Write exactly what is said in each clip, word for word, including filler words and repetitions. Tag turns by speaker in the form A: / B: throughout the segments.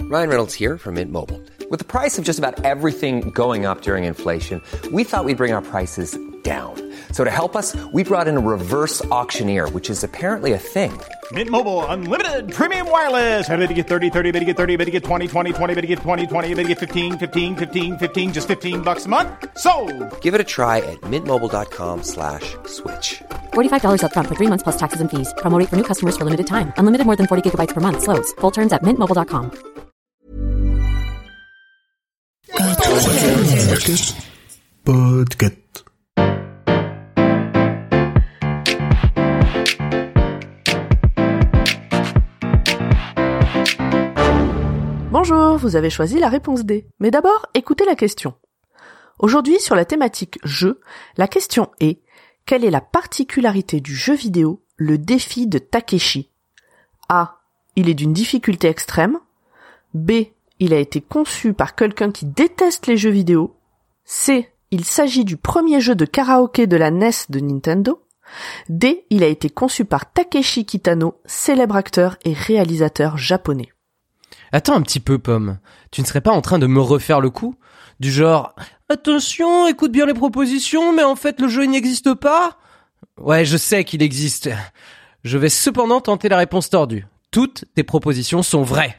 A: Ryan Reynolds here from Mint Mobile. With the price of just about everything going up during inflation, we thought we'd bring our prices down. So to help us, we brought in a reverse auctioneer, which is apparently a thing.
B: Mint Mobile Unlimited Premium Wireless. How to get thirty, thirty, how to get thirty, how to get twenty, twenty, twenty, how to get twenty, twenty, how to get fifteen, fifteen, fifteen, fifteen, just fifteen bucks a month? Sold!
A: Give it a try at mintmobile.com slash switch.
C: forty-five dollars up front for three months plus taxes and fees. Promo rate for new customers for limited time. Unlimited more than forty gigabytes per month. Slows full terms at mint mobile dot com.
D: Podcast. Podcast.
E: Bonjour, vous avez choisi la réponse D. Mais d'abord, écoutez la question. Aujourd'hui, sur la thématique jeu, la question est: quelle est la particularité du jeu vidéo, le défi de Takeshi? A. Il est d'une difficulté extrême. B. Il a été conçu par quelqu'un qui déteste les jeux vidéo. C. Il s'agit du premier jeu de karaoké de la N E S de Nintendo. D. Il a été conçu par Takeshi Kitano, célèbre acteur et réalisateur japonais.
F: Attends un petit peu, Pomme. Tu ne serais pas en train de me refaire le coup? Du genre, attention, écoute bien les propositions, mais en fait le jeu il n'existe pas? Ouais, je sais qu'il existe. Je vais cependant tenter la réponse tordue. Toutes tes propositions sont vraies.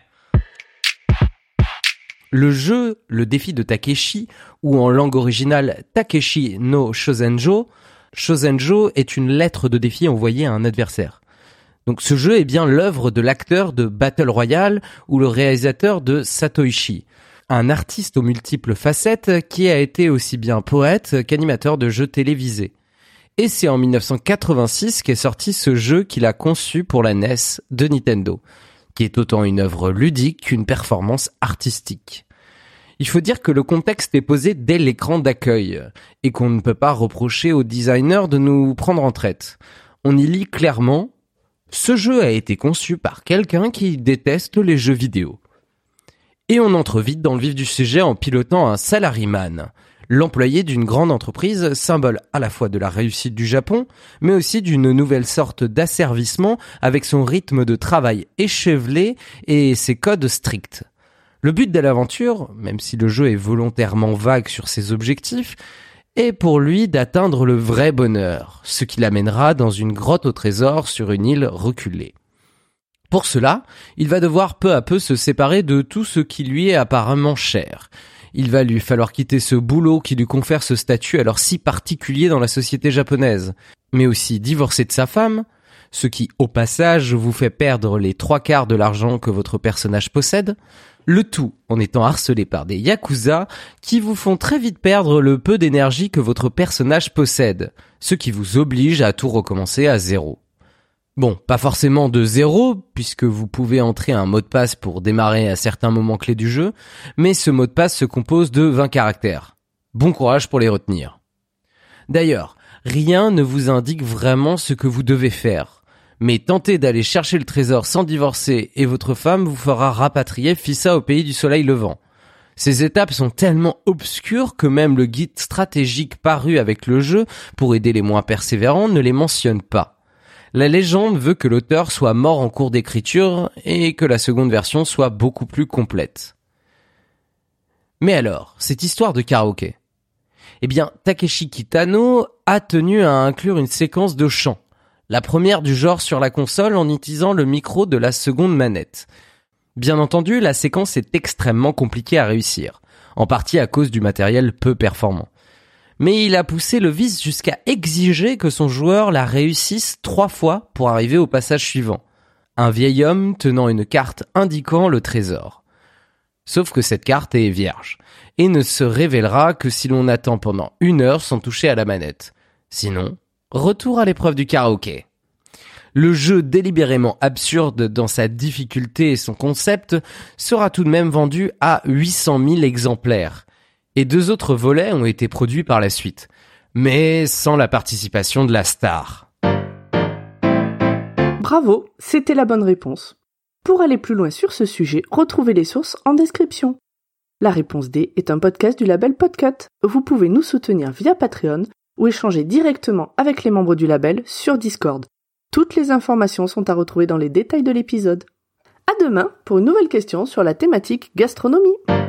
F: Le jeu, le défi de Takeshi, ou en langue originale Takeshi no Shosenjo, Shosenjo est une lettre de défi envoyée à un adversaire. Donc ce jeu est bien l'œuvre de l'acteur de Battle Royale ou le réalisateur de Satoichi, un artiste aux multiples facettes qui a été aussi bien poète qu'animateur de jeux télévisés. Et c'est en dix-neuf cent quatre-vingt-six qu'est sorti ce jeu qu'il a conçu pour la N E S de Nintendo, qui est autant une œuvre ludique qu'une performance artistique. Il faut dire que le contexte est posé dès l'écran d'accueil, et qu'on ne peut pas reprocher aux designers de nous prendre en traite. On y lit clairement: ce jeu a été conçu par quelqu'un qui déteste les jeux vidéo. Et on entre vite dans le vif du sujet en pilotant un salaryman, l'employé d'une grande entreprise, symbole à la fois de la réussite du Japon, mais aussi d'une nouvelle sorte d'asservissement avec son rythme de travail échevelé et ses codes stricts. Le but de l'aventure, même si le jeu est volontairement vague sur ses objectifs, est pour lui d'atteindre le vrai bonheur, ce qui l'amènera dans une grotte au trésor sur une île reculée. Pour cela, il va devoir peu à peu se séparer de tout ce qui lui est apparemment cher. Il va lui falloir quitter ce boulot qui lui confère ce statut alors si particulier dans la société japonaise, mais aussi divorcer de sa femme, ce qui, au passage, vous fait perdre les trois quarts de l'argent que votre personnage possède, le tout en étant harcelé par des yakuza qui vous font très vite perdre le peu d'énergie que votre personnage possède, ce qui vous oblige à tout recommencer à zéro. Bon, pas forcément de zéro, puisque vous pouvez entrer un mot de passe pour démarrer à certains moments clés du jeu, mais ce mot de passe se compose de vingt caractères. Bon courage pour les retenir. D'ailleurs, rien ne vous indique vraiment ce que vous devez faire, mais tentez d'aller chercher le trésor sans divorcer et votre femme vous fera rapatrier Fissa au pays du soleil levant. Ces étapes sont tellement obscures que même le guide stratégique paru avec le jeu, pour aider les moins persévérants, ne les mentionne pas. La légende veut que l'auteur soit mort en cours d'écriture et que la seconde version soit beaucoup plus complète. Mais alors, cette histoire de karaoké? Eh bien, Takeshi Kitano a tenu à inclure une séquence de chant, la première du genre sur la console en utilisant le micro de la seconde manette. Bien entendu, la séquence est extrêmement compliquée à réussir, en partie à cause du matériel peu performant. Mais il a poussé le vice jusqu'à exiger que son joueur la réussisse trois fois pour arriver au passage suivant. Un vieil homme tenant une carte indiquant le trésor. Sauf que cette carte est vierge, et ne se révélera que si l'on attend pendant une heure sans toucher à la manette. Sinon, retour à l'épreuve du karaoké. Le jeu délibérément absurde dans sa difficulté et son concept sera tout de même vendu à huit cent mille exemplaires. Et deux autres volets ont été produits par la suite, mais sans la participation de la star.
E: Bravo, c'était la bonne réponse. Pour aller plus loin sur ce sujet, retrouvez les sources en description. La réponse D est un podcast du label Podcut. Vous pouvez nous soutenir via Patreon ou échanger directement avec les membres du label sur Discord. Toutes les informations sont à retrouver dans les détails de l'épisode. À demain pour une nouvelle question sur la thématique gastronomie.